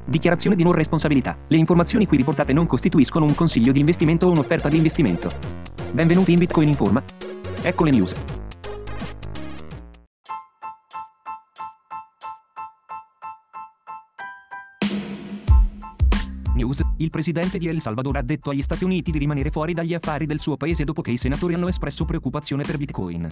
Dichiarazione di non responsabilità. Le informazioni qui riportate non costituiscono un consiglio di investimento o un'offerta di investimento. Benvenuti in Bitcoin Informa. Ecco le news. News. Il presidente di El Salvador ha detto agli Stati Uniti di rimanere fuori dagli affari del suo paese dopo che i senatori hanno espresso preoccupazione per Bitcoin.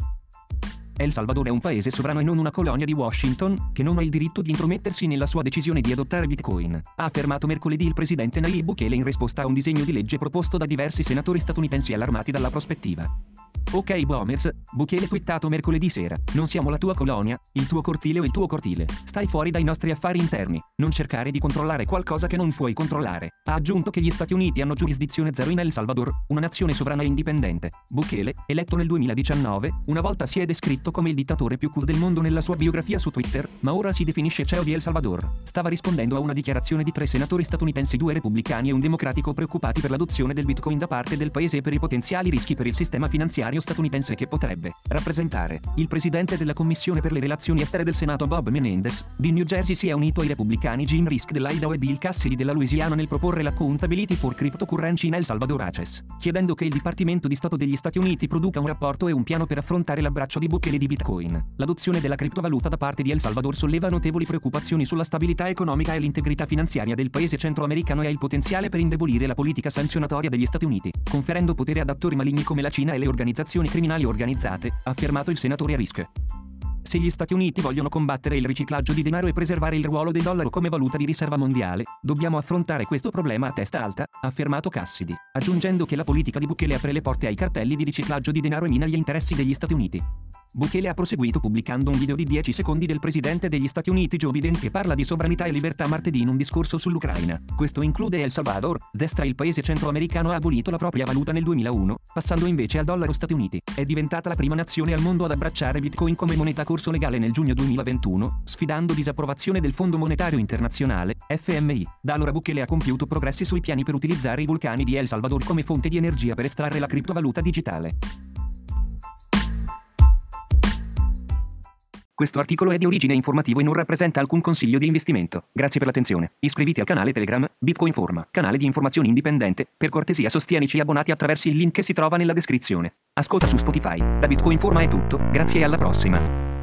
El Salvador è un paese sovrano e non una colonia di Washington, che non ha il diritto di intromettersi nella sua decisione di adottare Bitcoin, ha affermato mercoledì il presidente Nayib Bukele in risposta a un disegno di legge proposto da diversi senatori statunitensi allarmati dalla prospettiva. Ok boomers, Bukele twittato mercoledì sera, non siamo la tua colonia, il tuo cortile o il tuo cortile, stai fuori dai nostri affari interni, non cercare di controllare qualcosa che non puoi controllare. Ha aggiunto che gli Stati Uniti hanno giurisdizione zero in El Salvador, una nazione sovrana e indipendente. Bukele, eletto nel 2019, una volta si è descritto come il dittatore più cool del mondo nella sua biografia su Twitter, ma ora si definisce CEO di El Salvador. Stava rispondendo a una dichiarazione di 3 senatori statunitensi, 2 repubblicani e un democratico, preoccupati per l'adozione del Bitcoin da parte del paese e per i potenziali rischi per il sistema finanziario statunitense che potrebbe rappresentare. Il presidente della Commissione per le relazioni estere del Senato Bob Menendez, di New Jersey, si è unito ai repubblicani Jim Risch dell'Idaho e Bill Cassidy della Louisiana nel proporre l'Accountability for Cryptocurrency in El Salvador ACES, chiedendo che il Dipartimento di Stato degli Stati Uniti produca un rapporto e un piano per affrontare l'abbraccio di Bukele di Bitcoin. L'adozione della criptovaluta da parte di El Salvador solleva notevoli preoccupazioni sulla stabilità economica e l'integrità finanziaria del paese centroamericano e ha il potenziale per indebolire la politica sanzionatoria degli Stati Uniti, conferendo potere ad attori maligni come la Cina e le organizzazioni criminali organizzate, ha affermato il senatore Risch. Se gli Stati Uniti vogliono combattere il riciclaggio di denaro e preservare il ruolo del dollaro come valuta di riserva mondiale, dobbiamo affrontare questo problema a testa alta, ha affermato Cassidy, aggiungendo che la politica di Bukele apre le porte ai cartelli di riciclaggio di denaro e mina gli interessi degli Stati Uniti. Bukele ha proseguito pubblicando un video di 10 secondi del presidente degli Stati Uniti Joe Biden che parla di sovranità e libertà martedì in un discorso sull'Ucraina. Questo include El Salvador, destra. Il paese centroamericano ha abolito la propria valuta nel 2001, passando invece al dollaro Stati Uniti. È diventata la prima nazione al mondo ad abbracciare Bitcoin come moneta a corso legale nel giugno 2021, sfidando disapprovazione del Fondo Monetario Internazionale, FMI. Da allora Bukele ha compiuto progressi sui piani per utilizzare i vulcani di El Salvador come fonte di energia per estrarre la criptovaluta digitale. Questo articolo è di origine informativo e non rappresenta alcun consiglio di investimento. Grazie per l'attenzione. Iscriviti al canale Telegram Bitcoin Informa, canale di informazioni indipendente. Per cortesia sostienici abbonati attraverso il link che si trova nella descrizione. Ascolta su Spotify. Da Bitcoin Informa è tutto, grazie e alla prossima.